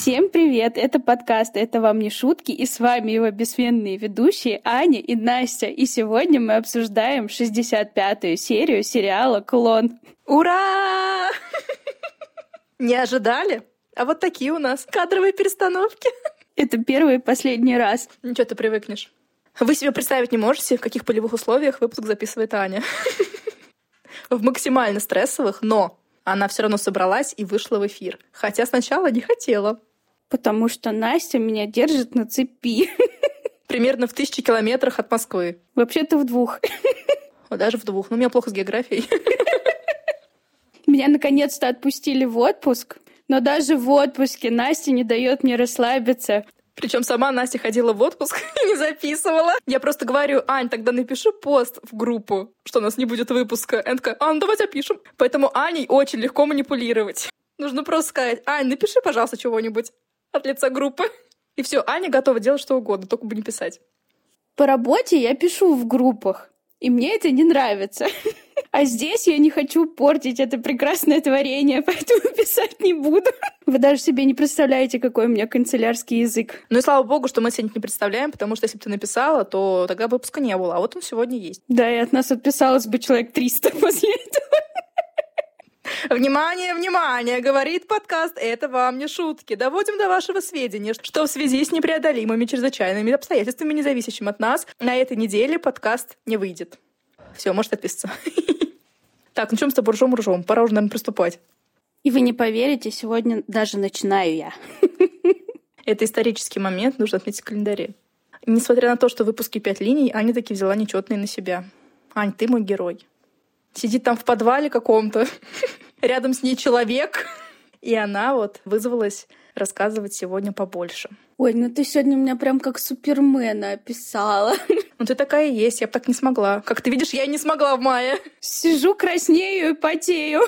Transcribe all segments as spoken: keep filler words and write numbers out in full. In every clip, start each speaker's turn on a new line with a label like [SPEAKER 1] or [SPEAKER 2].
[SPEAKER 1] Всем привет! Это подкаст «Это вам не шутки», и с вами его бессменные ведущие Аня и Настя. И сегодня мы обсуждаем шестьдесят пятую серию сериала «Клон».
[SPEAKER 2] Ура! Не ожидали? А вот такие у нас кадровые перестановки.
[SPEAKER 1] Это первый и последний раз.
[SPEAKER 2] Ничего, ты привыкнешь. Вы себе представить не можете, в каких полевых условиях выпуск записывает Аня. В максимально стрессовых, но она все равно собралась и вышла в эфир. Хотя сначала не хотела.
[SPEAKER 1] Потому что Настя меня держит на цепи.
[SPEAKER 2] Примерно в тысячи километрах от Москвы.
[SPEAKER 1] Вообще-то в двух.
[SPEAKER 2] О, даже в двух. Но у меня плохо с географией.
[SPEAKER 1] Меня наконец-то отпустили в отпуск. Но даже в отпуске Настя не дает мне расслабиться.
[SPEAKER 2] Причем сама Настя ходила в отпуск и не записывала. Я просто говорю: Ань, тогда напиши пост в группу, что у нас не будет выпуска. Она такая: а, ну давай запишем. Поэтому Аней очень легко манипулировать. Нужно просто сказать: Ань, напиши, пожалуйста, чего-нибудь от лица группы. И все, Аня готова делать что угодно, только бы не писать.
[SPEAKER 1] По работе я пишу в группах, и мне это не нравится. А здесь я не хочу портить это прекрасное творение, поэтому писать не буду. Вы даже себе не представляете, какой у меня канцелярский язык.
[SPEAKER 2] Ну и слава богу, что мы сегодня не представляем, потому что если бы ты написала, то тогда выпуска не было, а вот он сегодня есть.
[SPEAKER 1] Да, и от нас отписалось бы человек триста после этого.
[SPEAKER 2] Внимание, внимание, говорит подкаст «Это вам не шутки». Доводим до вашего сведения, что в связи с непреодолимыми чрезвычайными обстоятельствами, независящими от нас, на этой неделе подкаст не выйдет. Все, может отписаться. Так, ну чем с тобой ржем-ржем? Пора уже, наверное, приступать.
[SPEAKER 1] И вы не поверите, сегодня даже начинаю я.
[SPEAKER 2] Это исторический момент, нужно отметить в календаре. Несмотря на то, что в выпуске пять линий, Аня таки взяла нечетные на себя. Ань, ты мой герой. Сидит там в подвале каком-то, рядом с ней человек, и она вот вызвалась рассказывать сегодня побольше.
[SPEAKER 1] Ой, ну ты сегодня меня прям как Супермена описала.
[SPEAKER 2] Ну ты такая и есть, я бы так не смогла. Как ты видишь, я и не смогла в мае.
[SPEAKER 1] Сижу, краснею и потею.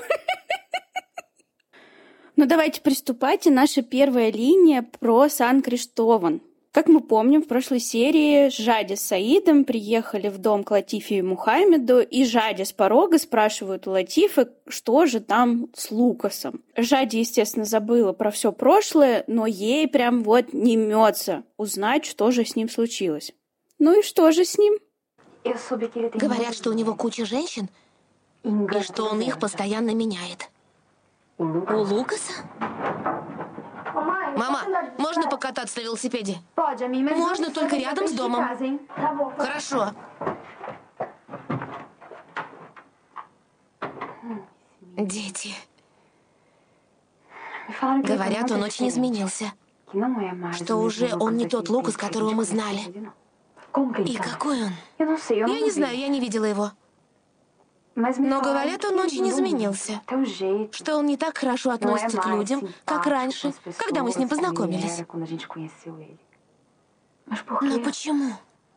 [SPEAKER 1] Ну давайте приступать. И наша первая линия про Сан-Криштован. Как мы помним, в прошлой серии Жади с Саидом приехали в дом к Латифе и Мухаммеду, и Жади с порога спрашивают у Латифы, что же там с Лукасом. Жади, естественно, забыла про все прошлое, но ей прям вот не имется узнать, что же с ним случилось. Ну и что же с ним?
[SPEAKER 3] Говорят, что у него куча женщин, и что он их постоянно меняет. У Лукаса? Мама, можно покататься на велосипеде? Можно, только рядом с домом. Хорошо. Дети. Говорят, он очень изменился. Что уже он не тот Лукас, которого мы знали. И какой он? Я не знаю, я не видела его. Но говорят, он очень изменился. Что он не так хорошо относится к людям, как раньше, когда мы с ним познакомились. Но почему?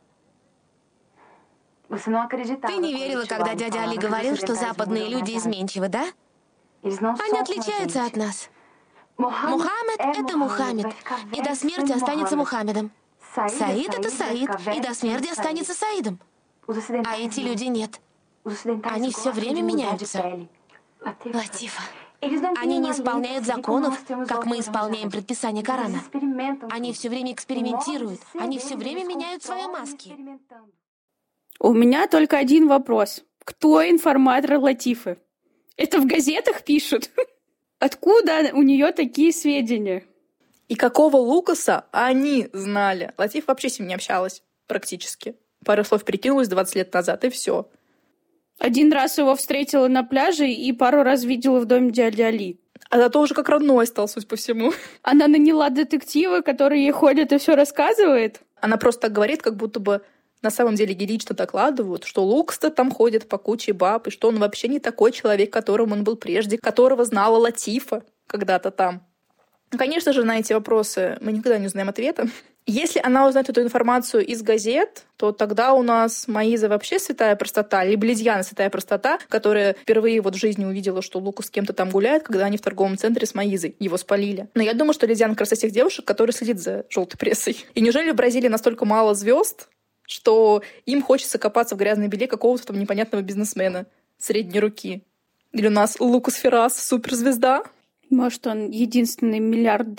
[SPEAKER 3] Ты не верила, когда дядя Али говорил, что западные люди изменчивы, да? Они отличаются от нас. Мухаммед — это Мухаммед, и до смерти останется Мухаммедом. Саид — это Саид, и до смерти останется Саидом. А эти люди нет. Они все время меняются. Латифа. Они не исполняют законов, как мы исполняем предписания Корана. Они все время экспериментируют. Они все время меняют свои маски.
[SPEAKER 1] У меня только один вопрос. Кто информатор Латифы? Это в газетах пишут? Откуда у нее такие сведения?
[SPEAKER 2] И какого Лукаса они знали? Латиф вообще с ним не общалась практически. Пару слов перекинулась двадцать лет назад, и все.
[SPEAKER 1] Один раз его встретила на пляже и пару раз видела в доме дяди Али.
[SPEAKER 2] А зато уже как родной стал, судя по всему.
[SPEAKER 1] Она наняла детектива, который ей ходит и все рассказывает?
[SPEAKER 2] Она просто так говорит, как будто бы на самом деле героично докладывают, что Лукас-то там ходит по куче баб, и что он вообще не такой человек, которым он был прежде, которого знала Латифа когда-то там. Конечно же, на эти вопросы мы никогда не узнаем ответа. Если она узнает эту информацию из газет, то тогда у нас Маиза вообще святая простота, либо Лидьяна святая простота, которая впервые вот в жизни увидела, что Лукас с кем-то там гуляет, когда они в торговом центре с Маизой его спалили. Но я думаю, что Лидьяна как раз из тех девушек, которые следит за желтой прессой. И неужели в Бразилии настолько мало звезд, что им хочется копаться в грязной беле какого-то там непонятного бизнесмена средней руки? Или у нас Лукас Феррас суперзвезда?
[SPEAKER 1] Может, он единственный миллиардер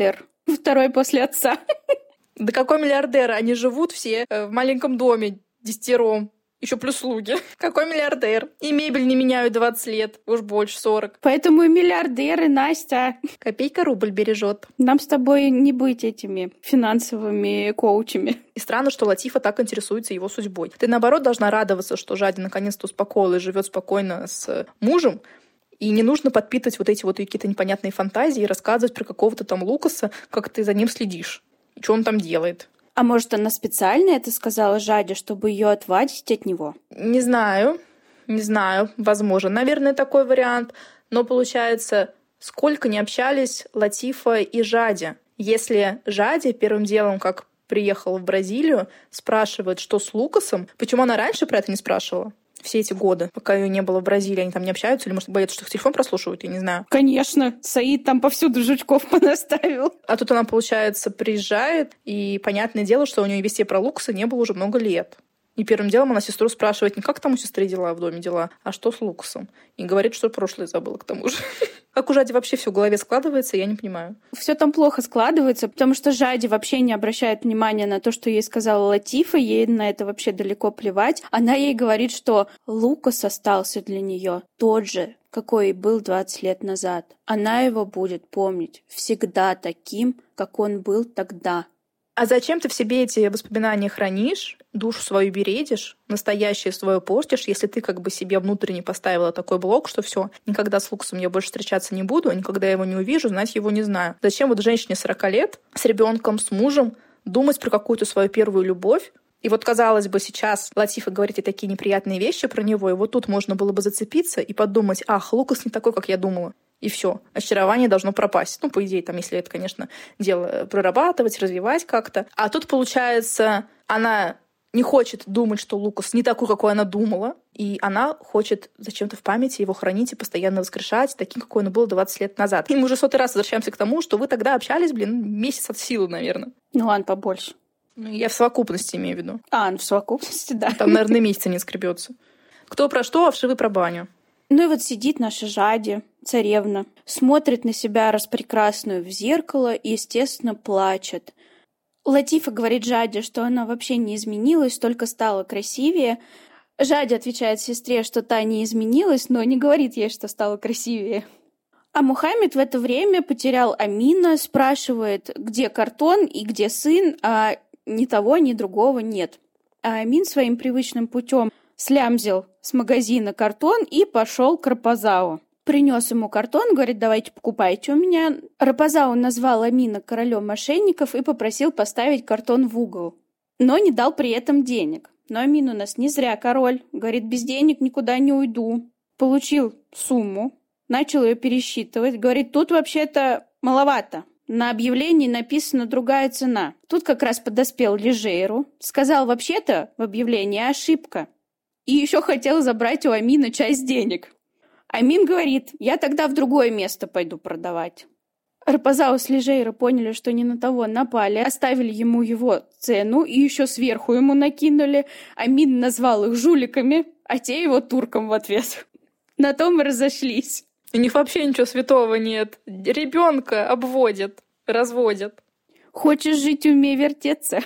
[SPEAKER 1] Второй после отца.
[SPEAKER 2] Да какой миллиардер? Они живут все в маленьком доме десятером. Еще плюс слуги. Какой миллиардер? И мебель не меняют двадцать лет, уж больше сорок.
[SPEAKER 1] Поэтому и миллиардеры, Настя.
[SPEAKER 2] Копейка рубль бережет.
[SPEAKER 1] Нам с тобой не быть этими финансовыми коучами.
[SPEAKER 2] И странно, что Латифа так интересуется его судьбой. Ты, наоборот, должна радоваться, что Жади наконец-то успокоилась, живет спокойно с мужем, и не нужно подпитывать вот эти вот какие-то непонятные фантазии и рассказывать про какого-то там Лукаса, как ты за ним следишь, и что он там делает.
[SPEAKER 1] А может, она специально это сказала Жаде, чтобы ее отвадить от него?
[SPEAKER 2] Не знаю, не знаю, возможно. Наверное, такой вариант. Но получается, сколько не общались Латифа и Жади. Если Жади первым делом, как приехала в Бразилию, спрашивает, что с Лукасом, почему она раньше про это не спрашивала? Все эти годы, пока ее не было в Бразилии, они там не общаются, или, может, боятся, что их телефон прослушивают, я не знаю.
[SPEAKER 1] Конечно, Саид там повсюду жучков понаставил.
[SPEAKER 2] А тут она, получается, приезжает, и понятное дело, что у нее вести про Лукаса не было уже много лет. И первым делом она сестру спрашивает не как там у сестры дела в доме дела, а что с Лукасом. И говорит, что прошлое забыла к тому же. Как у Жади вообще все в голове складывается, я не понимаю.
[SPEAKER 1] Все там плохо складывается, потому что Жади вообще не обращает внимания на то, что ей сказала Латифа, ей на это вообще далеко плевать. Она ей говорит, что Лукас остался для нее тот же, какой и был двадцать лет назад. Она его будет помнить всегда таким, как он был тогда.
[SPEAKER 2] А зачем ты в себе эти воспоминания хранишь, душу свою бередишь, настоящее свое портишь, если ты как бы себе внутренне поставила такой блок, что все, никогда с Лукасом я больше встречаться не буду, никогда его не увижу, знать его не знаю. Зачем вот женщине сорок лет с ребенком, с мужем думать про какую-то свою первую любовь? И вот, казалось бы, сейчас Латифа говорит и такие неприятные вещи про него, и вот тут можно было бы зацепиться и подумать, ах, Лукас не такой, как я думала. И все, очарование должно пропасть. Ну, по идее, там, если это, конечно, дело прорабатывать, развивать как-то. А тут, получается, она не хочет думать, что Лукас не такой, какой она думала, и она хочет зачем-то в памяти его хранить и постоянно воскрешать таким, какой он был двадцать лет назад. И мы уже сотый раз возвращаемся к тому, что вы тогда общались, блин, месяц от силы, наверное.
[SPEAKER 1] Ну ладно, побольше.
[SPEAKER 2] Ну, я в совокупности имею в виду.
[SPEAKER 1] А, ну в совокупности, да.
[SPEAKER 2] Там, наверное, месяца не скребется. Кто про что, а вшивы про баню.
[SPEAKER 1] Ну и вот сидит наша Жади, царевна, смотрит на себя распрекрасную в зеркало и, естественно, плачет. Латифа говорит Жаде, что она вообще не изменилась, только стала красивее. Жади отвечает сестре, что та не изменилась, но не говорит ей, что стала красивее. А Мухаммед в это время потерял Амина, спрашивает, где картон и где сын, а ни того, ни другого нет. А Амин своим привычным путем слямзил с магазина картон и пошел к Рапазау. Принес ему картон, говорит, давайте покупайте у меня. Рапазау назвал Амина королем мошенников и попросил поставить картон в угол, но не дал при этом денег. Но Амин у нас не зря король, говорит, без денег никуда не уйду. Получил сумму, начал ее пересчитывать, говорит, тут вообще-то маловато. На объявлении написана другая цена. Тут как раз подоспел Лежейру, сказал, вообще-то в объявлении ошибка. И еще хотел забрать у Амина часть денег. Амин говорит, я тогда в другое место пойду продавать. Рапазау с Лежейро поняли, что не на того напали, оставили ему его цену и еще сверху ему накинули. Амин назвал их жуликами, а те его турком в ответ. На том и разошлись.
[SPEAKER 2] У них вообще ничего святого нет. Ребенка обводят, разводят.
[SPEAKER 1] Хочешь жить, умей вертеться.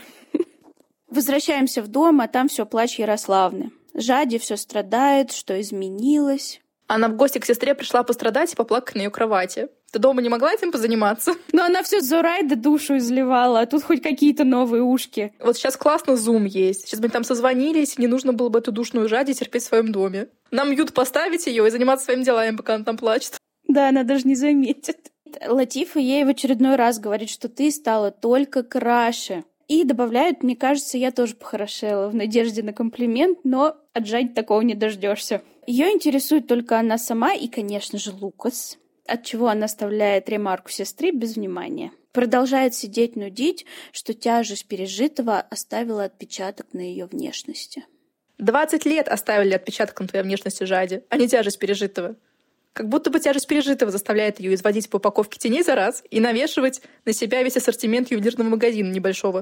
[SPEAKER 1] Возвращаемся в дом, а там все плач Ярославны. Жади все страдает, что изменилось.
[SPEAKER 2] Она в гости к сестре пришла пострадать и поплакать на ее кровати. Ты дома не могла этим позаниматься?
[SPEAKER 1] Но она все Зурайда душу изливала, а тут хоть какие-то новые ушки.
[SPEAKER 2] Вот сейчас классно Zoom есть. Сейчас бы они там созвонились, не нужно было бы эту душную Жади терпеть в своем доме. Нам мьют поставить ее и заниматься своими делами, пока она там плачет.
[SPEAKER 1] Да, она даже не заметит. Латифа ей в очередной раз говорит, что ты стала только краше. И добавляют, мне кажется, я тоже похорошела в надежде на комплимент, но от Жади такого не дождешься. Ее интересует только она сама и, конечно же, Лукас, от чего она оставляет ремарку сестры без внимания. Продолжает сидеть нудить, что тяжесть пережитого оставила отпечаток на ее внешности.
[SPEAKER 2] Двадцать лет оставили отпечаток на твоей внешности, Жади, а не тяжесть пережитого. Как будто бы тяжесть пережитого заставляет ее изводить по упаковке теней за раз и навешивать на себя весь ассортимент ювелирного магазина небольшого.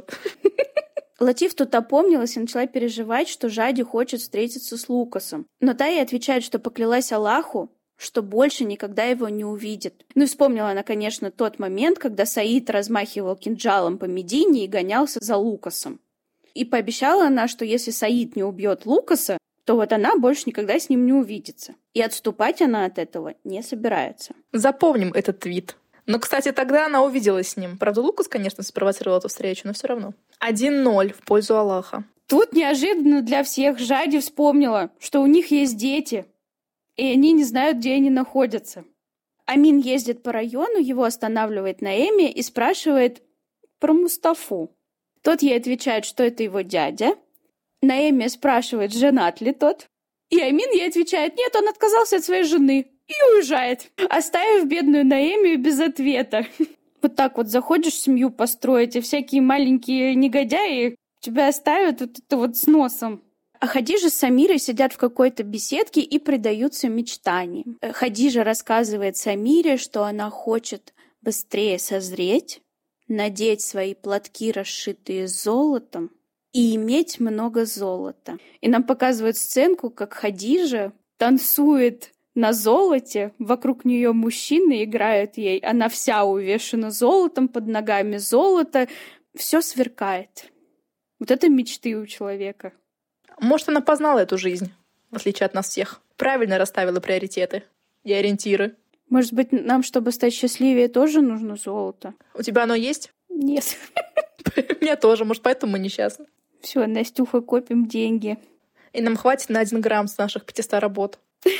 [SPEAKER 1] Латиф тут опомнилась и начала переживать, что Жади хочет встретиться с Лукасом. Но та ей отвечает, что поклялась Аллаху, что больше никогда его не увидит. Ну и вспомнила она, конечно, тот момент, когда Саид размахивал кинжалом по Медине и гонялся за Лукасом. И пообещала она, что если Саид не убьет Лукаса, то вот она больше никогда с ним не увидится. И отступать она от этого не собирается.
[SPEAKER 2] Запомним этот твит. Но, кстати, тогда она увиделась с ним. Правда, Лукас, конечно, спровоцировал эту встречу, но все равно. один ноль в пользу Аллаха.
[SPEAKER 1] Тут неожиданно для всех Жади вспомнила, что у них есть дети, и они не знают, где они находятся. Амин ездит по району, его останавливает Наэми и спрашивает про Мустафу. Тот ей отвечает, что это его дядя. Наэми спрашивает, женат ли тот. И Амин ей отвечает, нет, он отказался от своей жены и уезжает, оставив бедную Наэмию без ответа. Вот так вот заходишь семью построить, и всякие маленькие негодяи тебя оставят вот это вот с носом. А Хадижа с Самирой сидят в какой-то беседке и предаются мечтаниям. Хадижа рассказывает Самире, что она хочет быстрее созреть, надеть свои платки, расшитые золотом, и иметь много золота. И нам показывают сценку, как Хадижа танцует на золоте, вокруг нее мужчины играют ей, она вся увешана золотом, под ногами золото, все сверкает. Вот это мечты у человека.
[SPEAKER 2] Может, она познала эту жизнь, в отличие от нас всех. Правильно расставила приоритеты и ориентиры.
[SPEAKER 1] Может быть, нам, чтобы стать счастливее, тоже нужно золото?
[SPEAKER 2] У тебя оно есть?
[SPEAKER 1] Нет.
[SPEAKER 2] У меня тоже, может, поэтому мы несчастны.
[SPEAKER 1] Все, Настюха, копим деньги.
[SPEAKER 2] И нам хватит на один грамм с наших пятисот работ.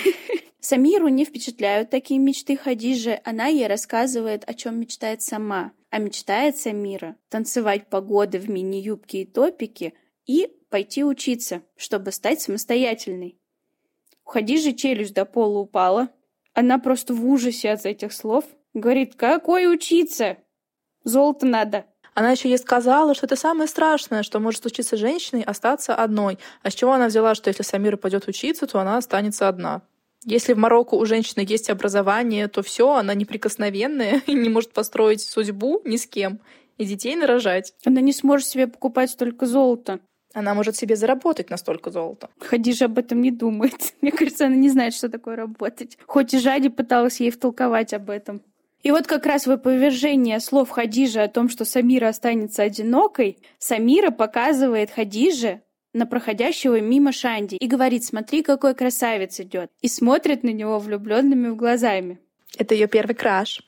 [SPEAKER 1] Самиру не впечатляют такие мечты Хадижи. Она ей рассказывает, о чем мечтает сама. А мечтает Самира танцевать погоды в мини-юбке и топике и пойти учиться, чтобы стать самостоятельной. У Хадижи челюсть до пола упала. Она просто в ужасе от этих слов. Говорит, какой учиться? Золото надо.
[SPEAKER 2] Она еще ей сказала, что это самое страшное, что может случиться женщиной, остаться одной. А с чего она взяла, что если Самира пойдет учиться, то она останется одна? Если в Марокко у женщины есть образование, то все, она неприкосновенная и не может построить судьбу ни с кем и детей нарожать.
[SPEAKER 1] Она не сможет себе покупать столько золота.
[SPEAKER 2] Она может себе заработать на столько золота.
[SPEAKER 1] Хадижа об этом не думает. Мне кажется, она не знает, что такое работать. Хоть и Жади пыталась ей втолковать об этом. И вот как раз в опровержение слов Хадижи о том, что Самира останется одинокой, Самира показывает Хадиже на проходящего мимо Шанди и говорит, смотри, какой красавец идет, и смотрит на него влюбленными глазами.
[SPEAKER 2] Это ее первый краш.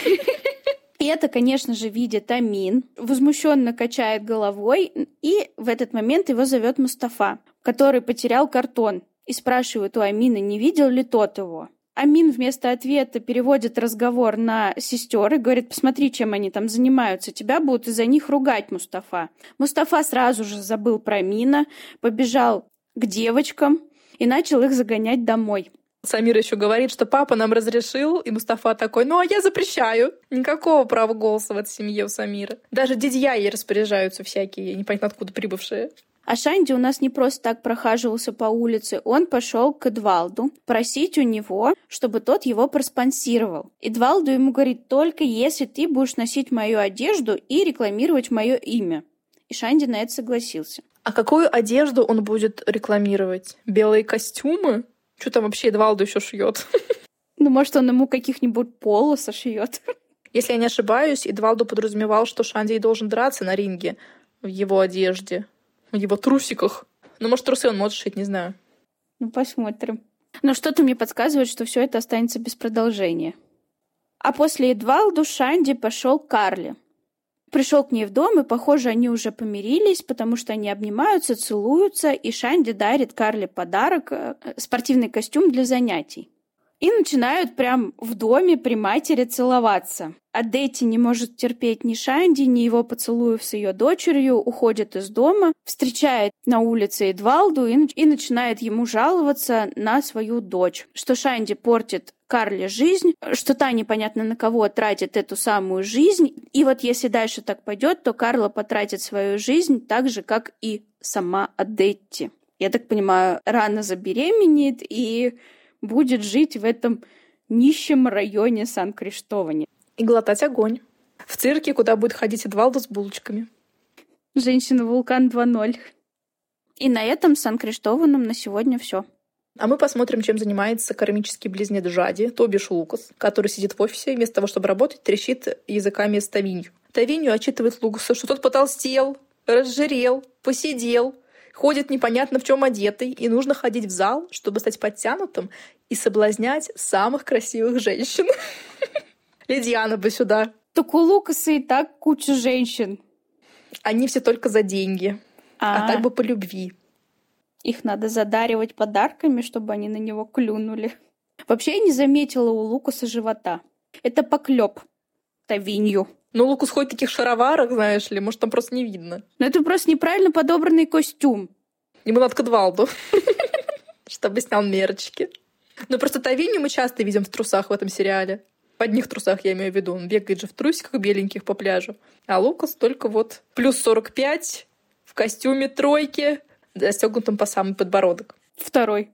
[SPEAKER 1] И это, конечно же, видит Амин, возмущенно качает головой, и в этот момент его зовет Мустафа, который потерял картон, и спрашивает у Амина, не видел ли тот его. Амин вместо ответа переводит разговор на сестер и говорит, посмотри, чем они там занимаются, тебя будут из-за них ругать, Мустафа. Мустафа сразу же забыл про Амина, побежал к девочкам и начал их загонять домой.
[SPEAKER 2] Самира еще говорит, что папа нам разрешил, и Мустафа такой, ну а я запрещаю. Никакого права голоса в этой семье у Самиры. Даже дядья ей распоряжаются всякие, непонятно откуда прибывшие.
[SPEAKER 1] А Шанди у нас не просто так прохаживался по улице, он пошел к Эдвалду просить у него, чтобы тот его проспонсировал. Эдвалду ему говорит, только если ты будешь носить мою одежду и рекламировать мое имя. И Шанди на это согласился.
[SPEAKER 2] А какую одежду он будет рекламировать? Белые костюмы? Что там вообще Эдвалду еще шьет?
[SPEAKER 1] Ну, может, он ему каких-нибудь поло сошьет.
[SPEAKER 2] Если я не ошибаюсь, Эдвалду подразумевал, что Шанди должен драться на ринге в его одежде. В его трусиках. Ну, может, трусы он может шить, не знаю.
[SPEAKER 1] Ну, посмотрим. Но что-то мне подсказывает, что все это останется без продолжения. А после Эдвалду Шанди пошел к Карле. Пришел к ней в дом, и, похоже, они уже помирились, потому что они обнимаются, целуются, и Шанди дарит Карле подарок — спортивный костюм для занятий. И начинают прям в доме при матери целоваться. А Дэти не может терпеть ни Шанди, ни его поцелуев с ее дочерью, уходит из дома, встречает на улице Эдвалду и, и начинает ему жаловаться на свою дочь, что Шанди портит Карле жизнь, что та непонятно на кого тратит эту самую жизнь. И вот если дальше так пойдет, то Карла потратит свою жизнь так же, как и сама Адетти. Я так понимаю, рано забеременеет и будет жить в этом нищем районе Сан-Криштоване.
[SPEAKER 2] И глотать огонь. В цирке, куда будет ходить Эдвалду с булочками.
[SPEAKER 1] Женщина-вулкан два ноль. И на этом с Сан-Криштованом на сегодня все.
[SPEAKER 2] А мы посмотрим, чем занимается кармический близнец Жади, то бишь Лукас, который сидит в офисе и вместо того, чтобы работать, трещит языками с Тавинью. Тавинью отчитывает Лукаса, что тот потолстел, разжирел, посидел, ходит непонятно в чем одетый, и нужно ходить в зал, чтобы стать подтянутым и соблазнять самых красивых женщин. Лидиана бы сюда.
[SPEAKER 1] Так у Лукаса и так куча женщин.
[SPEAKER 2] Они все только за деньги, а, а так бы по любви.
[SPEAKER 1] Их надо задаривать подарками, чтобы они на него клюнули. Вообще я не заметила у Лукаса живота. Это поклёб Тавинью.
[SPEAKER 2] Ну, Лукас ходит в таких шароварах, знаешь ли, может, там просто не видно.
[SPEAKER 1] Но это просто неправильно подобранный костюм.
[SPEAKER 2] Ему надо к Эдвалду, чтобы снял мерочки. Ну, просто Тавинью мы часто видим в трусах в этом сериале. В одних трусах, я имею в виду. Он бегает же в трусиках беленьких по пляжу. А Лукас только вот плюс сорок пять, в костюме тройки, застегнутым по самый подбородок.
[SPEAKER 1] Второй.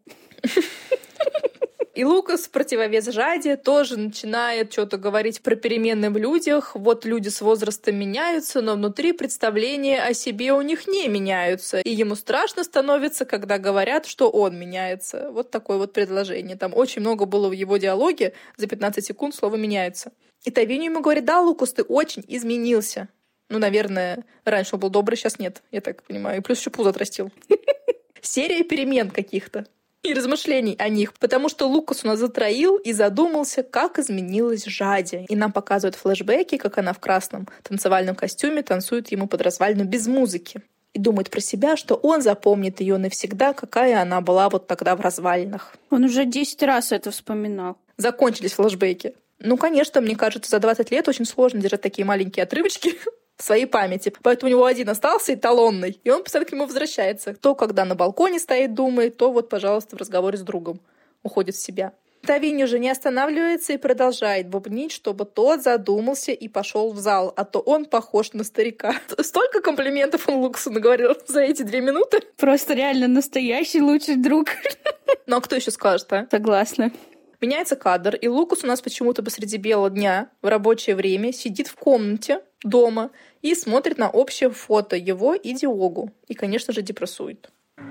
[SPEAKER 2] И Лукас, в противовес Жаде, тоже начинает что-то говорить про перемены в людях. Вот люди с возрастом меняются, но внутри представления о себе у них не меняются. И ему страшно становится, когда говорят, что он меняется. Вот такое вот предложение. Там очень много было в его диалоге. За пятнадцать секунд слово «меняется». И Тавинью ему говорит: да, Лукас, ты очень изменился. Ну, наверное, раньше он был добрый, сейчас нет, я так понимаю. И плюс еще пузо отрастил. Серия перемен каких-то. И размышлений о них, потому что Лукас у нас затроил и задумался, как изменилась Жади. И нам показывают флешбеки, как она в красном танцевальном костюме танцует ему под развалину без музыки. И думает про себя, что он запомнит ее навсегда, какая она была вот тогда в развалинах.
[SPEAKER 1] Он уже десять раз это вспоминал.
[SPEAKER 2] Закончились флешбеки. Ну, конечно, мне кажется, за двадцать лет очень сложно держать такие маленькие отрывочки в своей памяти. Поэтому у него один остался эталонный, и он постоянно к нему возвращается. То, когда на балконе стоит, думает, то вот, пожалуйста, в разговоре с другом уходит в себя. Тавинью же не останавливается и продолжает бубнить, чтобы тот задумался и пошел в зал, а то он похож на старика. Столько комплиментов он Лукасу наговорил за эти две минуты.
[SPEAKER 1] Просто реально настоящий лучший друг.
[SPEAKER 2] Ну а кто еще скажет, а?
[SPEAKER 1] Согласна.
[SPEAKER 2] Меняется кадр, и Лукас у нас почему-то посреди бела дня в рабочее время сидит в комнате дома и смотрит на общее фото его и Диогу. И, конечно же, депрессует.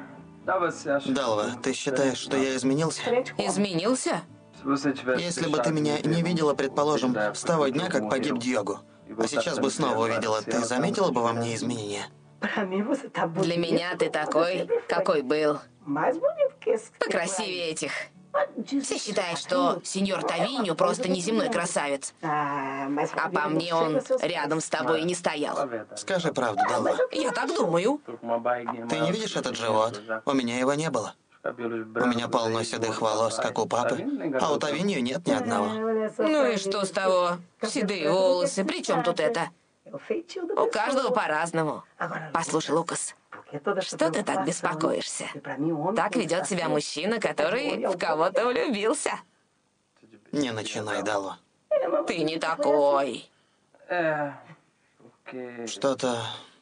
[SPEAKER 4] Далва, ты считаешь, что я изменился?
[SPEAKER 3] Изменился?
[SPEAKER 4] Если бы ты меня не видела, предположим, с того дня, как погиб Диого, а сейчас бы снова увидела, ты заметила бы во мне изменения?
[SPEAKER 3] Для меня ты такой, какой был. Покрасивее этих. Все считают, что сеньор Тавинью просто неземной красавец. А по мне он рядом с тобой и не стоял.
[SPEAKER 4] Скажи правду, Далва.
[SPEAKER 3] Я так думаю.
[SPEAKER 4] Ты не видишь этот живот? У меня его не было. У меня полно седых волос, как у папы, а у Тавинью нет ни одного.
[SPEAKER 3] Ну и что с того? Седые волосы, при чем тут это? У каждого по-разному. Послушай, Лукас, что ты так беспокоишься? Так ведет себя мужчина, который в кого-то влюбился.
[SPEAKER 4] Не начинай, Далва.
[SPEAKER 3] Ты не такой.
[SPEAKER 4] Что-то...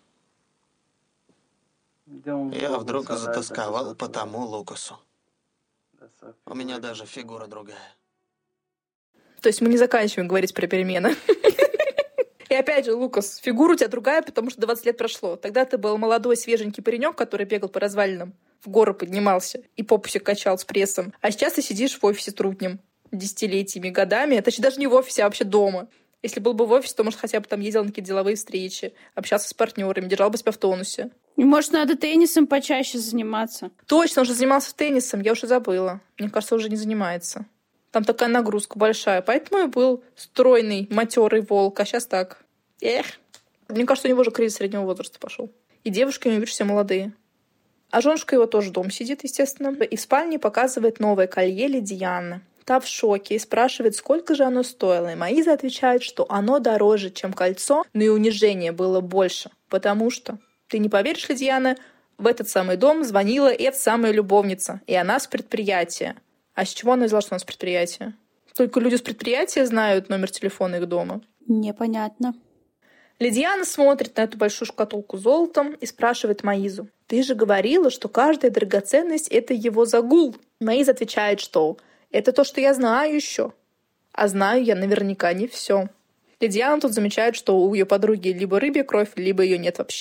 [SPEAKER 4] Я вдруг затасковал по тому Лукасу. У меня даже фигура другая.
[SPEAKER 2] То есть мы не заканчиваем говорить про перемены. И опять же, Лукас, фигура у тебя другая, потому что двадцать лет прошло. Тогда ты был молодой, свеженький паренек, который бегал по развалинам, в горы поднимался и попусик качал с прессом. А сейчас ты сидишь в офисе трутнем десятилетиями, годами. Точнее, даже не в офисе, а вообще дома. Если был бы в офисе, то, может, хотя бы там ездил на какие-то деловые встречи, общался с партнерами, держал бы себя в тонусе.
[SPEAKER 1] И, может, надо теннисом почаще заниматься.
[SPEAKER 2] Точно, он же занимался теннисом, я уже забыла. Мне кажется, уже не занимается. Там такая нагрузка большая. Поэтому и был стройный, матерый волк. А сейчас так. Эх. Мне кажется, у него уже кризис среднего возраста пошел. И девушки, у него, видишь, все молодые. А женушка его тоже дома сидит, естественно. И в спальне показывает новое колье Лидианы. Та в шоке и спрашивает, сколько же оно стоило. И Маиза отвечает, что оно дороже, чем кольцо, но и унижение было больше. Потому что, ты не поверишь, Лидиана, в этот самый дом звонила эта самая любовница. И она с предприятия. А с чего она взяла, что у нас предприятие? Только люди с предприятия знают номер телефона их дома.
[SPEAKER 1] Непонятно.
[SPEAKER 2] Лидиана смотрит на эту большую шкатулку с золотом и спрашивает Маизу. Ты же говорила, что каждая драгоценность — это его загул. Маиза отвечает, что это то, что я знаю еще. А знаю я наверняка не все. Лидиана тут замечает, что у ее подруги либо рыбья кровь, либо ее нет вообще.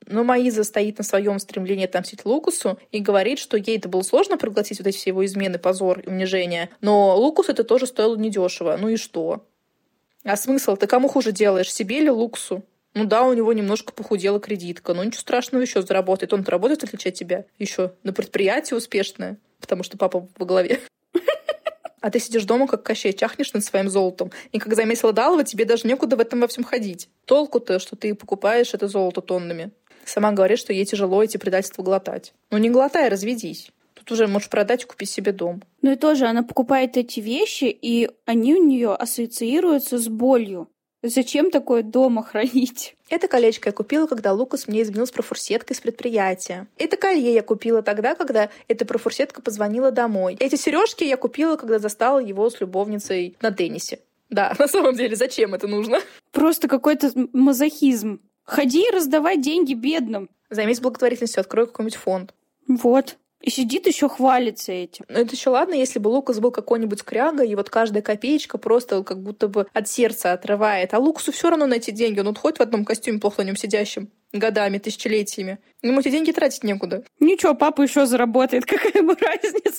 [SPEAKER 2] Но Маиза стоит на своем стремлении отомстить Лукасу и говорит, что ей это было сложно проглотить вот эти все его измены, позор и унижение, но Лукасу это тоже стоило недешево. Ну и что? А смысл? Ты кому хуже делаешь, себе или Лукасу? Ну да, у него немножко похудела кредитка, но ничего страшного, еще заработает. Он-то работает, в отличие от тебя. Еще на предприятии успешное, потому что папа во главе. А ты сидишь дома, как Кощей, чахнешь над своим золотом. И как заметила Далова, тебе даже некуда в этом во всем ходить. Толку-то, что ты покупаешь это золото тоннами. Сама говоришь, что ей тяжело эти предательства глотать. Ну не глотай, разведись. Тут уже можешь продать и купить себе дом.
[SPEAKER 1] Ну и тоже она покупает эти вещи, и они у нее ассоциируются с болью. Зачем такое дома хранить?
[SPEAKER 2] Это колечко я купила, когда Лукас мне изменил с профурсеткой с предприятия. Это колье я купила тогда, когда эта профурсетка позвонила домой. Эти сережки я купила, когда застала его с любовницей на теннисе. Да, на самом деле, зачем это нужно?
[SPEAKER 1] Просто какой-то мазохизм. Ходи и раздавай деньги бедным.
[SPEAKER 2] Займись благотворительностью, открой какой-нибудь фонд.
[SPEAKER 1] Вот. И сидит еще хвалится этим.
[SPEAKER 2] Но это еще ладно, если бы Лукас был какой-нибудь скряга, и вот каждая копеечка просто как будто бы от сердца отрывает. А Лукасу все равно на эти деньги. Он вот хоть в одном костюме плохо на нем сидящим годами, тысячелетиями. Ему эти деньги тратить некуда.
[SPEAKER 1] Ничего, папа еще заработает, какая ему разница.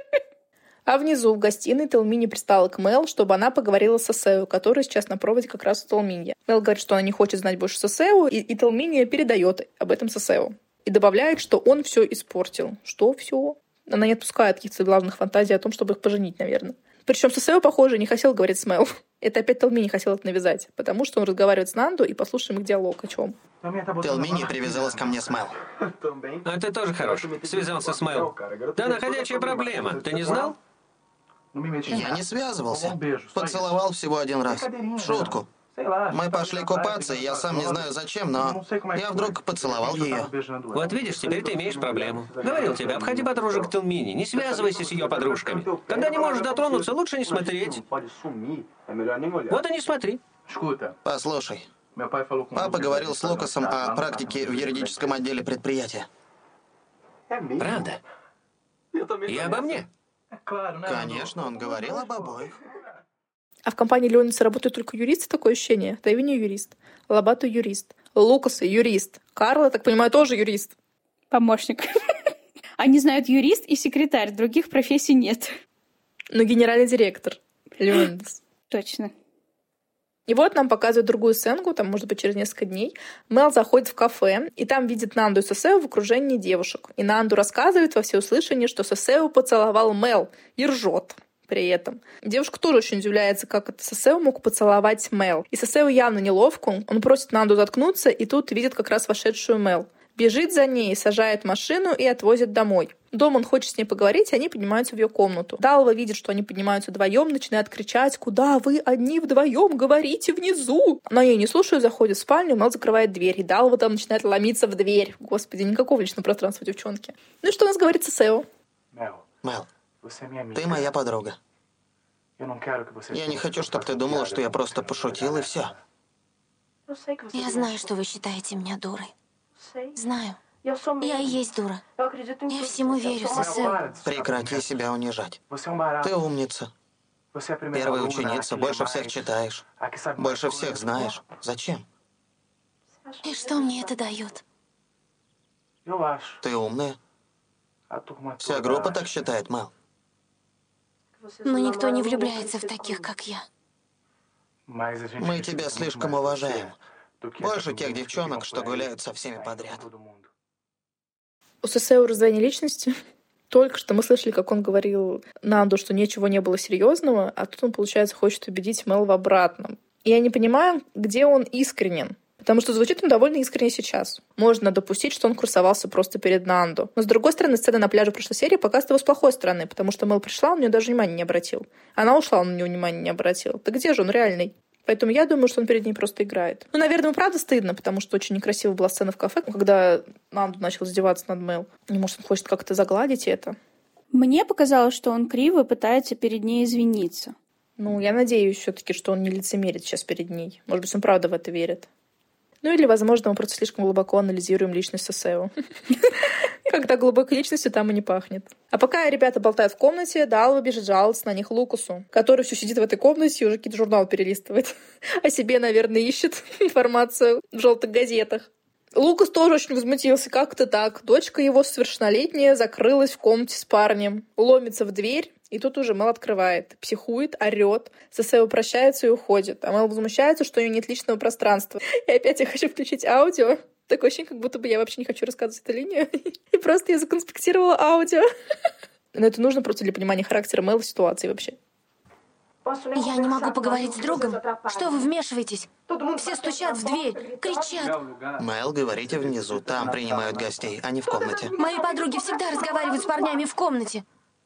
[SPEAKER 2] А внизу в гостиной Телмини пристала к Мел, чтобы она поговорила с Сесео, который сейчас на проводе как раз у Телмини. Мел говорит, что она не хочет знать больше Сесео, и, и Телмини передает об этом Сесео. И добавляет, что он все испортил. Что все? Она не отпускает каких-то главных фантазий о том, чтобы их поженить, наверное. Причем Сесео, похоже, не хотел говорить с Мел. Это опять Телмини хотел это навязать, потому что он разговаривает с Нандо, и послушаем их диалог о чем.
[SPEAKER 4] Телмини привязалась ко мне с Мел.
[SPEAKER 5] А ты тоже хорош. Связался с Мел. Да, находящая проблема. Ты не знал?
[SPEAKER 4] Я не связывался. Поцеловал всего один раз. Шутку. Мы пошли купаться, и я сам не знаю зачем, но я вдруг поцеловал ее.
[SPEAKER 5] Вот видишь, теперь ты имеешь проблему. Говорил тебе, обходи подружек Телмини, не связывайся с ее подружками. Когда не можешь дотронуться, лучше не смотреть. Вот и не смотри.
[SPEAKER 4] Послушай, папа говорил с Лукасом о практике в юридическом отделе предприятия.
[SPEAKER 5] Правда? И обо мне?
[SPEAKER 4] Конечно, он говорил об обоих.
[SPEAKER 2] А в компании Леониса работают только юристы, такое ощущение. Тайвини юрист, Лобато юрист, Лукас юрист, Карла, так понимаю, тоже юрист.
[SPEAKER 1] Помощник. Они знают юрист и секретарь, других профессий нет.
[SPEAKER 2] Ну, генеральный директор Леонис.
[SPEAKER 1] Точно.
[SPEAKER 2] И вот нам показывают другую сценку, там, может быть, через несколько дней. Мел заходит в кафе, и там видит Нанду и Сесео в окружении девушек. И Нанду рассказывает во всеуслышание, что Сесео поцеловал Мел и ржет при этом. Девушка тоже очень удивляется, как это Сесео мог поцеловать Мел. И Сесео явно неловко, он просит Нанду заткнуться, и тут видит как раз вошедшую Мел. Бежит за ней, сажает машину и отвозит домой. Дома он хочет с ней поговорить, и они поднимаются в ее комнату. Далва видит, что они поднимаются вдвоем, начинает кричать: «Куда вы одни вдвоем? Говорите внизу!» Но ее не слушают, заходит в спальню, Мел закрывает дверь, и Далва там начинает ломиться в дверь. Господи, никакого личного пространства, девчонки. Ну и что у нас говорит Сесео?
[SPEAKER 4] Мел, ты моя подруга. Я не хочу, чтобы ты думала, что я просто пошутил, и все.
[SPEAKER 3] Я знаю, что вы считаете меня дурой. Знаю. Я и есть дура. Я всему верю, Сесео.
[SPEAKER 4] Прекрати себя унижать. Ты умница. Первая ученица, больше всех читаешь. Больше всех знаешь. Зачем?
[SPEAKER 3] И что мне это дает?
[SPEAKER 4] Ты умная. Вся группа так считает, Мел.
[SPEAKER 3] Но никто не влюбляется в таких, как я.
[SPEAKER 4] Мы тебя слишком уважаем. Больше тех девчонок, что гуляют со всеми подряд.
[SPEAKER 2] У Сесео раздвоение личности. Только что мы слышали, как он говорил Нанду, что ничего не было серьезного, а тут он, получается, хочет убедить Мел в обратном. И я не понимаю, где он искренен. Потому что звучит он довольно искренне сейчас. Можно допустить, что он курсовался просто перед Нанду. Но, с другой стороны, сцена на пляже прошлой серии показывает его с плохой стороны, потому что Мел пришла, он на нее даже внимания не обратил. Она ушла, он на нее внимания не обратил. Так где же он реальный? Поэтому я думаю, что он перед ней просто играет. Ну, наверное, ему правда стыдно, потому что очень некрасиво была сцена в кафе, когда Нанду начал издеваться над Мел. И, может, он хочет как-то загладить это.
[SPEAKER 1] Мне показалось, что он криво пытается перед ней извиниться.
[SPEAKER 2] Ну, я надеюсь все-таки, что он не лицемерит сейчас перед ней. Может быть, он правда в это верит. Ну или, возможно, мы просто слишком глубоко анализируем личность Сесео. Когда глубокой личностью, там и не пахнет. А пока ребята болтают в комнате, Далва бежит жаловаться на них Лукасу, который все сидит в этой комнате и уже какие-то журналы перелистывает. О себе, наверное, ищет информацию в желтых газетах. Лукас тоже очень возмутился. Как-то так. Дочка его совершеннолетняя закрылась в комнате с парнем. Ломится в дверь, и тут уже Мел открывает. Психует, орёт. Сесео прощается и уходит. А Мел возмущается, что у нее нет личного пространства. И опять я хочу включить аудио. Такое ощущение, как будто бы я вообще не хочу рассказывать эту линию. И просто я законспектировала аудио. Но это нужно просто для понимания характера Мел и ситуации вообще.
[SPEAKER 3] Я не могу поговорить с другом. Что вы вмешиваетесь? Все стучат в дверь, кричат.
[SPEAKER 4] Мел, говорите внизу. Там принимают гостей, а не в комнате.
[SPEAKER 3] Мои подруги всегда разговаривают с парнями в комнате.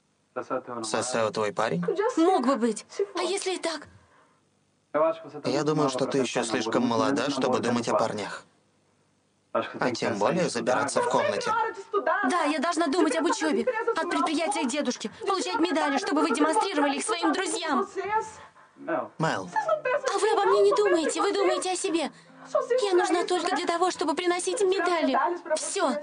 [SPEAKER 4] Сесео твой парень?
[SPEAKER 3] Мог бы быть. А если и так?
[SPEAKER 4] Я думаю, что ты еще слишком молода, чтобы думать о парнях. А тем более забираться в комнате.
[SPEAKER 3] Да, я должна думать об учебе, от предприятия дедушки, получать медали, чтобы вы демонстрировали их своим друзьям.
[SPEAKER 4] Мел.
[SPEAKER 3] А вы обо мне не думаете, вы думаете о себе. Я нужна только для того, чтобы приносить медали. Все.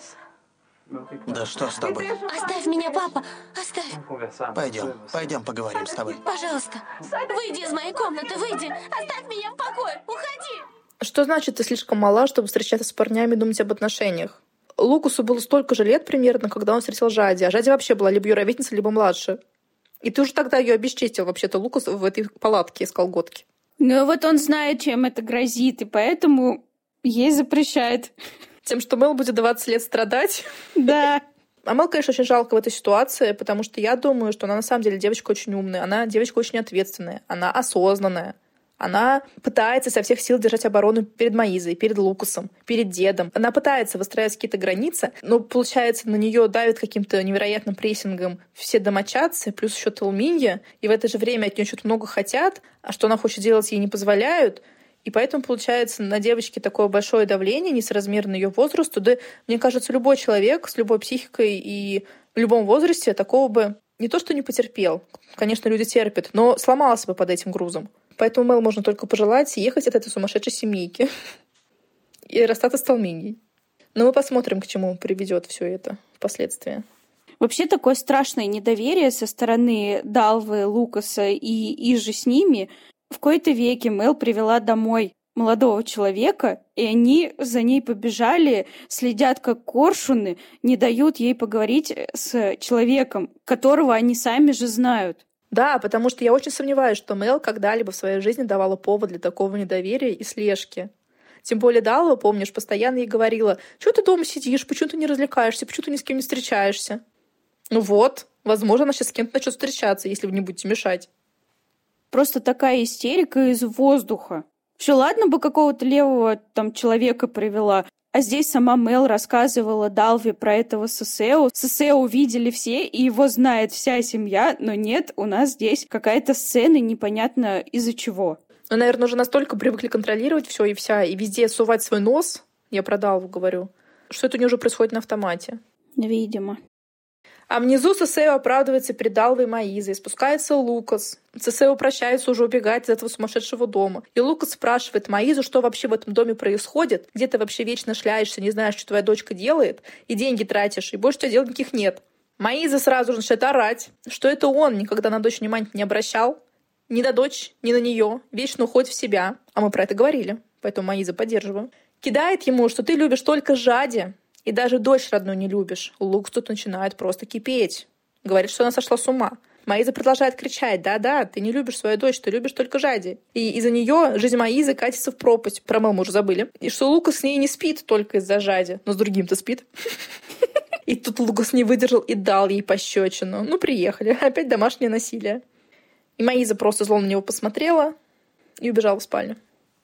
[SPEAKER 4] Да что с тобой?
[SPEAKER 3] Оставь меня, папа, оставь.
[SPEAKER 4] Пойдем, пойдем поговорим с тобой.
[SPEAKER 3] Пожалуйста, выйди из моей комнаты, выйди. Оставь меня в покое, уходи.
[SPEAKER 2] Что значит, ты слишком мала, чтобы встречаться с парнями и думать об отношениях? Лукасу было столько же лет примерно, когда он встретил Жади. А Жади вообще была либо ее ровесница, либо младше. И ты уже тогда ее обесчестил, вообще-то, Лукас в этой палатке из колготки.
[SPEAKER 1] Ну вот он знает, чем это грозит, и поэтому ей запрещает.
[SPEAKER 2] Тем, что Мел будет двадцать лет страдать.
[SPEAKER 1] Да.
[SPEAKER 2] А Мел, конечно, очень жалко в этой ситуации, потому что я думаю, что она на самом деле девочка очень умная, она девочка очень ответственная, она осознанная. Она пытается со всех сил держать оборону перед Маизой, перед Лукасом, перед дедом. Она пытается выстраивать какие-то границы, но, получается, на нее давят каким-то невероятным прессингом все домочадцы, плюс еще Телминья, и в это же время от нее что-то много хотят, а что она хочет делать, ей не позволяют. И поэтому, получается, на девочке такое большое давление, несоразмерно ее возрасту. Да, мне кажется, любой человек с любой психикой и в любом возрасте такого бы не то что не потерпел. Конечно, люди терпят, но сломался бы под этим грузом. Поэтому Мел можно только пожелать ехать от этой сумасшедшей семейки и расстаться с Телминьей. Но мы посмотрим, к чему приведет все это впоследствии.
[SPEAKER 1] Вообще такое страшное недоверие со стороны Далвы, Лукаса и Ижи с ними. В кои-то веки Мел привела домой молодого человека, и они за ней побежали, следят как коршуны, не дают ей поговорить с человеком, которого они сами же знают.
[SPEAKER 2] Да, потому что я очень сомневаюсь, что Мел когда-либо в своей жизни давала повод для такого недоверия и слежки. Тем более Далва, помнишь, постоянно ей говорила: «Чего ты дома сидишь? Почему ты не развлекаешься? Почему ты ни с кем не встречаешься?» Ну вот, возможно, она сейчас с кем-то начнет встречаться, если вы не будете мешать.
[SPEAKER 1] Просто такая истерика из воздуха. Все, ладно бы какого-то левого там человека привела, а здесь сама Мел рассказывала Далве про этого Сесео. Сесео увидели все, и его знает вся семья, но нет, у нас здесь какая-то сцена, непонятно из-за чего.
[SPEAKER 2] Ну, наверное, уже настолько привыкли контролировать все и вся, и везде сувать свой нос, я про Далву говорю, что это у нее уже происходит на автомате.
[SPEAKER 1] Видимо.
[SPEAKER 2] А внизу Сесео оправдывается перед Далвой и Маизой. Спускается Лукас. Сесео прощается, уже убегает из этого сумасшедшего дома. И Лукас спрашивает Маизу, что вообще в этом доме происходит, где ты вообще вечно шляешься, не знаешь, что твоя дочка делает, и деньги тратишь, и больше у тебя дел никаких нет. Маиза сразу же начинает орать, что это он никогда на дочь внимания не обращал. Ни на дочь, ни на нее. Вечно уходит в себя. А мы про это говорили, поэтому Маиза поддерживаю. Кидает ему, что ты любишь только Жади, и даже дочь родную не любишь. Лукс тут начинает просто кипеть. Говорит, что она сошла с ума. Маиза продолжает кричать: «Да-да, ты не любишь свою дочь, ты любишь только Жади». И из-за нее жизнь Маизы катится в пропасть. Про Мел мы уже забыли. И что Лукас с ней не спит только из-за Жади. Но с другим-то спит. И тут Лукас не выдержал и дал ей пощечину. Ну, приехали. Опять домашнее насилие. И Маиза просто зло на него посмотрела и убежала в спальню.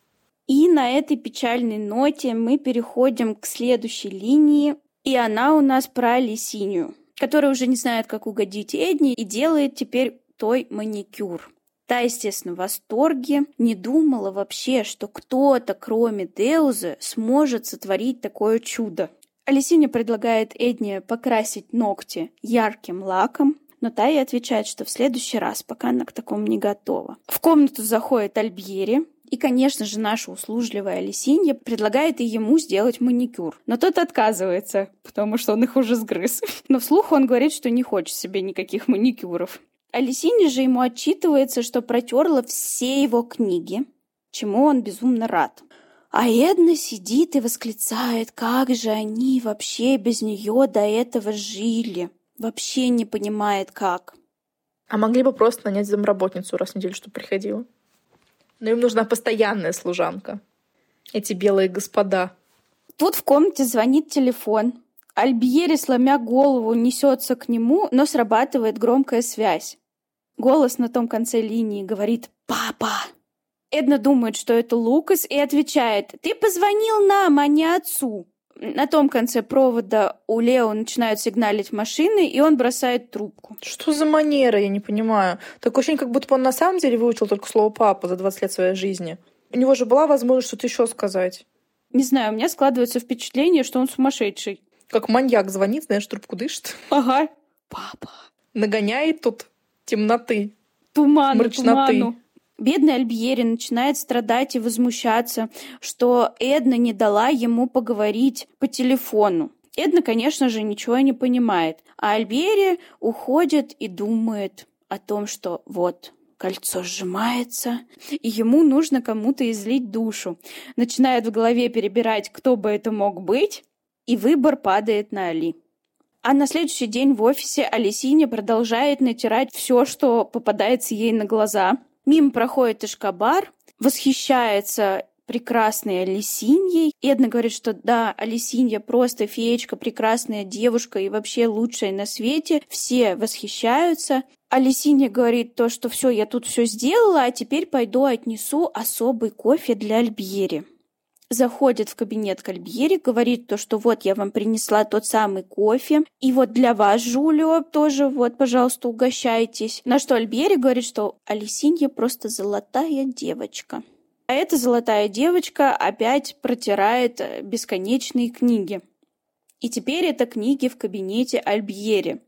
[SPEAKER 1] И на этой печальной ноте мы переходим к следующей линии, и она у нас про Лисинью, которая уже не знает, как угодить Эдне, и делает теперь той маникюр. Та, естественно, в восторге, не думала вообще, что кто-то, кроме Деуза, сможет сотворить такое чудо. А Лисинья предлагает Эдне покрасить ногти ярким лаком, но та ей отвечает, что в следующий раз, пока она к такому не готова. В комнату заходит Альбьери, и, конечно же, наша услужливая Лисинья предлагает и ему сделать маникюр. Но тот отказывается, потому что он их уже сгрыз. Но вслух он говорит, что не хочет себе никаких маникюров. А Лисинья же ему отчитывается, что протерла все его книги, чему он безумно рад. А Эдна сидит и восклицает, как же они вообще без нее до этого жили. Вообще не понимает, как.
[SPEAKER 2] А могли бы просто нанять домработницу раз в неделю, чтобы приходила. Но им нужна постоянная служанка. Эти белые господа.
[SPEAKER 1] Тут в комнате звонит телефон. Альбьери, сломя голову, несется к нему, но срабатывает громкая связь. Голос на том конце линии говорит «Папа!». Эдна думает, что это Лукас, и отвечает «Ты позвонил нам, а не отцу». На том конце провода у Лео начинают сигналить машины, и он бросает трубку.
[SPEAKER 2] Что за манера, я не понимаю. Такое ощущение, как будто бы он на самом деле выучил только слово «папа» за двадцать лет своей жизни. У него же была возможность что-то еще сказать.
[SPEAKER 1] Не знаю, у меня складывается впечатление, что он сумасшедший.
[SPEAKER 2] Как маньяк звонит, знаешь, трубку дышит.
[SPEAKER 1] Ага. Папа.
[SPEAKER 2] Нагоняет тут темноты.
[SPEAKER 1] Туману,
[SPEAKER 2] мрачноты.
[SPEAKER 1] Туману. Бедный Альбьери начинает страдать и возмущаться, что Эдна не дала ему поговорить по телефону. Эдна, конечно же, ничего не понимает. А Альбьери уходит и думает о том, что вот... Кольцо сжимается, и ему нужно кому-то излить душу. Начинает в голове перебирать, кто бы это мог быть, и выбор падает на Али. А на следующий день в офисе Алисинья продолжает натирать все, что попадается ей на глаза. Мимо проходит Эшкобар, восхищается прекрасной Алисиньей. Эдна говорит, что да, Алисинья просто феечка, прекрасная девушка и вообще лучшая на свете. Все восхищаются. Алисинья говорит то, что все, я тут все сделала, а теперь пойду отнесу особый кофе для Альбьери. Заходит в кабинет к Альбьери, говорит то, что вот я вам принесла тот самый кофе, и вот для вас, Жулио, тоже вот, пожалуйста, угощайтесь. На что Альбьери говорит, что Алисинья просто золотая девочка. А эта золотая девочка опять протирает бесконечные книги. И теперь это книги в кабинете Альбьери.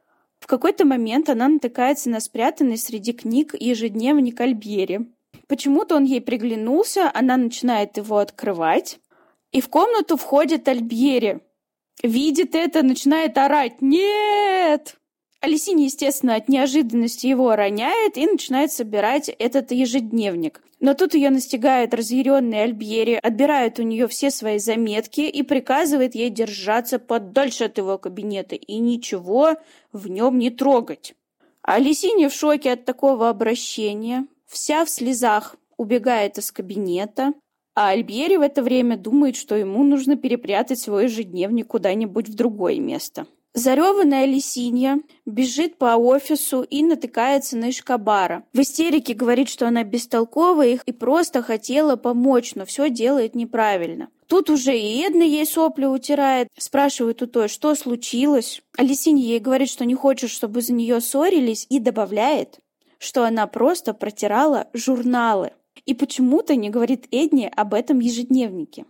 [SPEAKER 1] В какой-то момент она натыкается на спрятанный среди книг ежедневник Альбьери. Почему-то он ей приглянулся, она начинает его открывать, и в комнату входит Альбьери. Видит это, начинает орать «Нет!». Алисинья, естественно, от неожиданности его роняет и начинает собирать этот ежедневник. Но тут ее настигает разъяренный Альбьери, отбирает у нее все свои заметки и приказывает ей держаться подальше от его кабинета и ничего в нем не трогать. Алисинья в шоке от такого обращения, вся в слезах убегает из кабинета, а Альбьери в это время думает, что ему нужно перепрятать свой ежедневник куда-нибудь в другое место. Зареванная Алисинья бежит по офису и натыкается на Эшкобара. В истерике говорит, что она бестолковая и просто хотела помочь, но все делает неправильно. Тут уже и Эдна ей сопли утирает, спрашивает у той, что случилось. Алисинья ей говорит, что не хочет, чтобы за нее ссорились, и добавляет, что она просто протирала журналы. И почему-то не говорит Эдне об этом ежедневнике.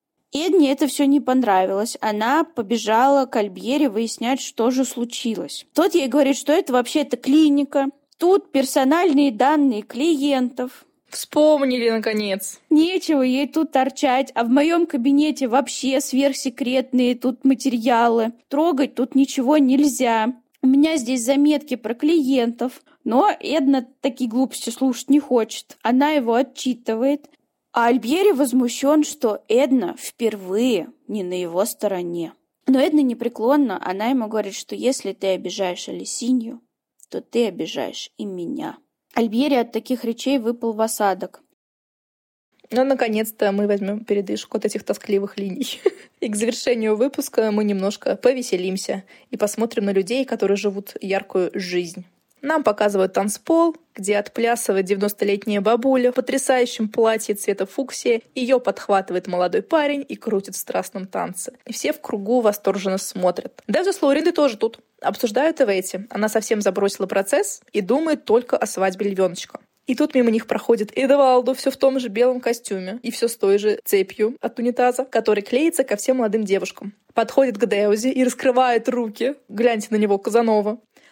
[SPEAKER 1] Эдне это все не понравилось. Она побежала к Альбьери выяснять, что же случилось. Тот ей говорит, что это вообще-то клиника. Тут персональные данные клиентов.
[SPEAKER 2] Вспомнили, наконец.
[SPEAKER 1] Нечего ей тут торчать, а в моем кабинете вообще сверхсекретные тут материалы. Трогать тут ничего нельзя. У меня здесь заметки про клиентов. Но Эдна такие глупости слушать не хочет. Она его отчитывает. А Альбьери возмущен, что Эдна впервые не на его стороне. Но Эдна непреклонна, она ему говорит, что если ты обижаешь Алисинью, то ты обижаешь и меня. Альбьери от таких речей выпал в осадок.
[SPEAKER 2] Ну, наконец-то мы возьмем передышку от этих тоскливых линий. И к завершению выпуска мы немножко повеселимся и посмотрим на людей, которые живут яркую жизнь. Нам показывают танцпол, где отплясывает девяностолетняя бабуля в потрясающем платье цвета фуксия. Ее подхватывает молодой парень и крутит в страстном танце. И все в кругу восторженно смотрят. Даже с Лоринды тоже тут. Обсуждают Эвейти. Она совсем забросила процесс и думает только о свадьбе львеночка. И тут мимо них проходит Эдвалдо, все в том же белом костюме и все с той же цепью от унитаза, который клеится ко всем молодым девушкам. Подходит к Деузи и раскрывает руки. Гляньте на него, Казанова.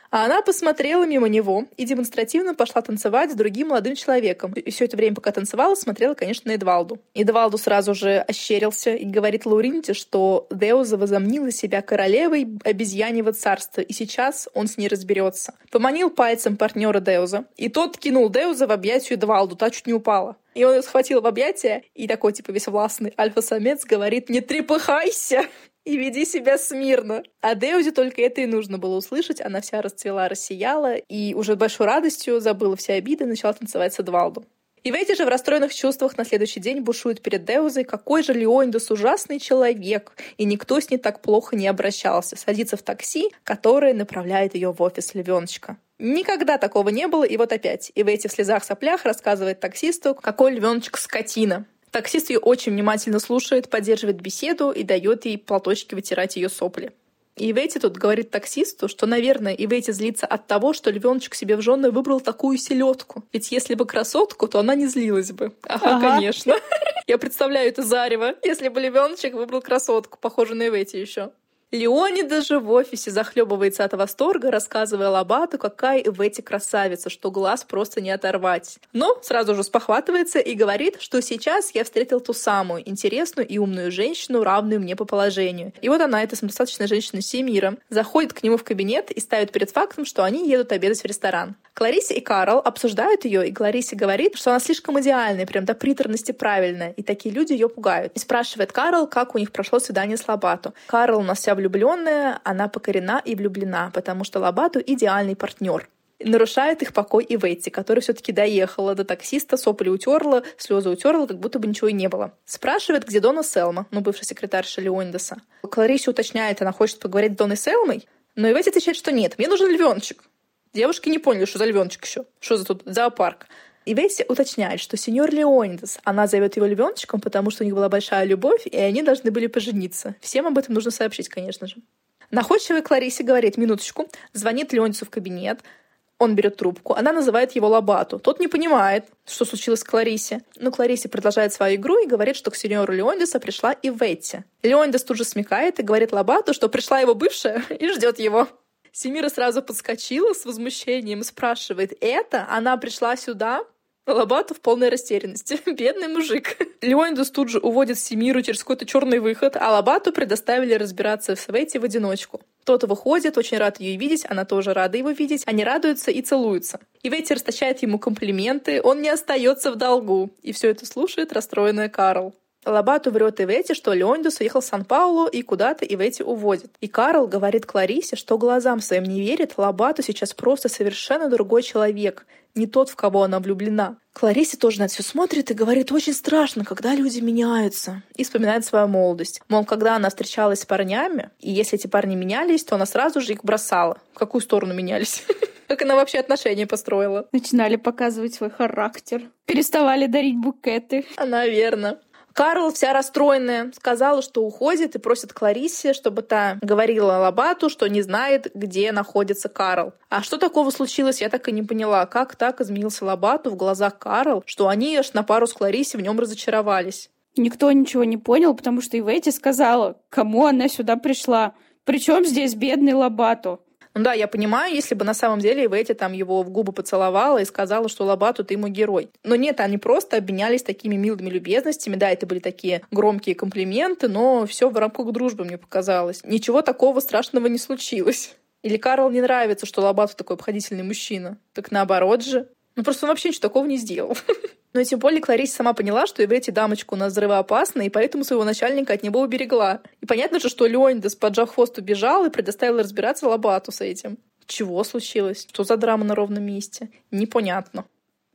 [SPEAKER 2] А она посмотрела мимо него и демонстративно пошла танцевать с другим молодым человеком. И все это время, пока танцевала, смотрела, конечно, на Эдвалду. Эдвалду сразу же ощерился и говорит Лауринте, что Деуза возомнила себя королевой обезьяньего царства, и сейчас он с ней разберется. Поманил пальцем партнера Деуза, и тот кинул Деуза в объятию Эдвалду, та чуть не упала. И он ее схватил в объятия, и такой, типа, весь властный альфа-самец говорит: «Не трепыхайся и веди себя смирно». А Деузе только это и нужно было услышать. Она вся расцвела, рассияла, и уже большой радостью забыла все обиды и начала танцевать с Эдвалду. И в эти же в расстроенных чувствах на следующий день бушует перед Деузой, какой же Леониндас ужасный человек, и никто с ней так плохо не обращался. Садится в такси, которое направляет ее в офис львеночка. Никогда такого не было, и вот опять. И в этих слезах-соплях рассказывает таксисту, какой львеночек скотина. Таксист ее очень внимательно слушает, поддерживает беседу и дает ей платочки вытирать ее сопли. И Иветти тут говорит таксисту, что, наверное, Иветти злится от того, что львеночек себе в жены выбрал такую селедку. Ведь если бы красотку, то она не злилась бы. Ага, ага. Конечно. Я представляю это зарево, если бы львеночек выбрал красотку, похожую на Иветти еще. Леонидас же в офисе захлебывается от восторга, рассказывая Лабату, какая Иветти красавица, что глаз просто не оторвать. Но сразу же спохватывается и говорит, что сейчас я встретил ту самую интересную и умную женщину, равную мне по положению. И вот она, эта самодостаточная женщина Семира, заходит к нему в кабинет и ставит перед фактом, что они едут обедать в ресторан. Клариса и Карл обсуждают ее, и Клариса говорит, что она слишком идеальная, прям до приторности правильная, и такие люди ее пугают. И спрашивает Карл, как у них прошло свидание с Лабату. Карл у нас вся влюбленная, она покорена и влюблена, потому что Лабату идеальный партнер. Нарушает их покой Иветти, которая все-таки доехала до таксиста, сопли утерла, слезы утерла, как будто бы ничего и не было. Спрашивает, где Дона Селма, ну, бывшая секретарша Леонидаса. Клариса уточняет, она хочет поговорить с Доной Селмой, но Иветти отвечает, что нет, мне нужен львеночек. Девушки не поняли, что за львеночек еще, что за тут зоопарк. Иветти уточняет, что сеньор Леонидас, она зовет его львеночком, потому что у них была большая любовь, и они должны были пожениться. Всем об этом нужно сообщить, конечно же. Находчивая Клариса говорит: минуточку, звонит Леонидасу в кабинет, он берет трубку, она называет его Лабату. Тот не понимает, что случилось с Кларисе. Но Клариса продолжает свою игру и говорит, что к сеньору Леонидаса пришла Иветти. Леонидас тут же смекает и говорит Лабату, что пришла его бывшая и ждет его. Семира сразу подскочила с возмущением и спрашивает: «Это? Она пришла сюда?» Лабату в полной растерянности. Бедный мужик. Леонидас тут же уводит Семиру через какой-то черный выход, а Лабату предоставили разбираться с Иветти в одиночку. Тот выходит, очень рад ее видеть, она тоже рада его видеть. Они радуются и целуются. Иветти расточает ему комплименты, он не остается в долгу. И все это слушает расстроенная Карл. Лабату врет Иветти, что Леонидас уехал в Сан-Паулу и куда-то Иветти уводит. И Карл говорит Кларисе, что глазам своим не верит, Лабату сейчас просто совершенно другой человек, не тот, в кого она влюблена. Клариса тоже на это все смотрит и говорит: очень страшно, когда люди меняются. И вспоминает свою молодость. Мол, когда она встречалась с парнями, и если эти парни менялись, то она сразу же их бросала. В какую сторону менялись? Как она вообще отношения построила?
[SPEAKER 1] Начинали показывать свой характер. Переставали дарить букеты.
[SPEAKER 2] Наверно. Карл, вся расстроенная, сказала, что уходит, и просит Кларисе, чтобы та говорила Лабату, что не знает, где находится Карл. А что такого случилось, я так и не поняла. Как так изменился Лабату в глазах Карл, что они аж на пару с Кларисе в нем разочаровались?
[SPEAKER 1] Никто ничего не понял, потому что Иветти сказала, кому она сюда пришла. Причем здесь бедный Лабату?
[SPEAKER 2] Ну да, я понимаю, если бы на самом деле Иветти там его в губы поцеловала и сказала, что Лабату, ты мой герой. Но нет, они просто обменялись такими милыми любезностями. Да, это были такие громкие комплименты, но все в рамках дружбы, мне показалось. Ничего такого страшного не случилось. Или Карл не нравится, что Лабату такой обходительный мужчина? Так наоборот же. Ну просто он вообще ничего такого не сделал. Но тем более Клариса сама поняла, что Иветти дамочка у нас взрывоопасна, и поэтому своего начальника от него уберегла. И понятно же, что Леонидас, поджав хвост, убежал и предоставил разбираться Лабату с этим. Чего случилось? Что за драма на ровном месте? Непонятно.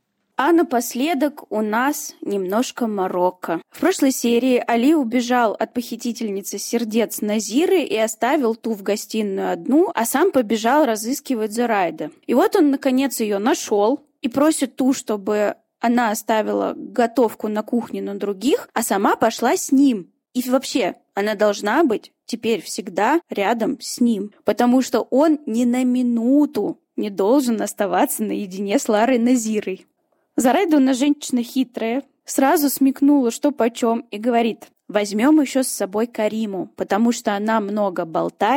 [SPEAKER 1] А напоследок у нас немножко Марокко. В прошлой серии Али убежал от похитительницы сердец Назиры и оставил ту в гостиную одну, а сам побежал разыскивать Зорайда. И вот он, наконец, ее нашел и просит ту, чтобы она оставила готовку на кухне на других, а сама пошла с ним. И вообще, она должна быть теперь всегда рядом с ним, потому что он ни на минуту не должен оставаться наедине с Ларой Назирой. Зорайда, она женщина хитрая, сразу смекнула, что почем, и говорит: возьмем еще с собой Кариму, потому что она много болтает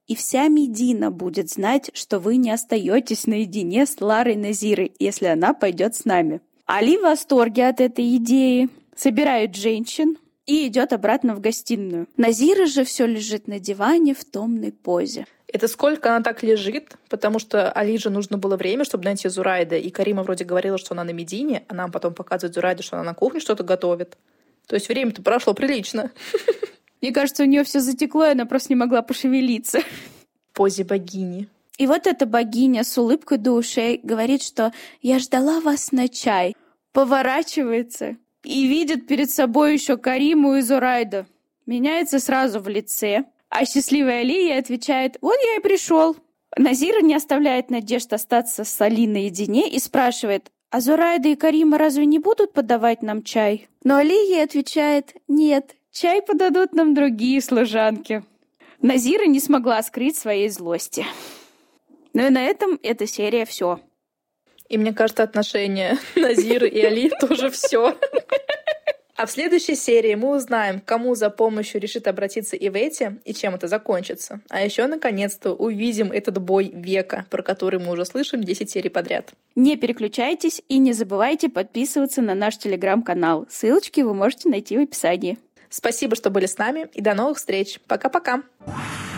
[SPEAKER 1] И вся Медина будет знать, что вы не остаетесь наедине с Ларой Назирой, если она пойдет с нами. Али в восторге от этой идеи, собирает женщин и идет обратно в гостиную. Назира же все лежит на диване в томной позе.
[SPEAKER 2] Это сколько она так лежит? Потому что Али же нужно было время, чтобы найти Зурайда. И Карима вроде говорила, что она на Медине, а нам потом показывает Зурайда, что она на кухне что-то готовит. То есть время-то прошло прилично.
[SPEAKER 1] Мне кажется, у нее все затекло, и она просто не могла пошевелиться.
[SPEAKER 2] В позе богини.
[SPEAKER 1] И вот эта богиня с улыбкой до ушей говорит, что «я ждала вас на чай». Поворачивается и видит перед собой еще Кариму и Зурайда. Меняется сразу в лице. А счастливая Алия отвечает «вот я и пришел». Назира не оставляет надежд остаться с Али наедине и спрашивает «а Зурайда и Карима разве не будут подавать нам чай?» Но Али ей отвечает «нет, чай подадут нам другие служанки». Назира не смогла скрыть своей злости. Ну и на этом эта серия все.
[SPEAKER 2] И мне кажется, отношения Назиры и Али тоже все. А в следующей серии мы узнаем, кому за помощью решит обратиться Ивети и чем это закончится. А еще, наконец-то, увидим этот бой века, про который мы уже слышим десять серий подряд.
[SPEAKER 1] Не переключайтесь и не забывайте подписываться на наш телеграм-канал. Ссылочки вы можете найти в описании.
[SPEAKER 2] Спасибо, что были с нами, и до новых встреч. Пока-пока!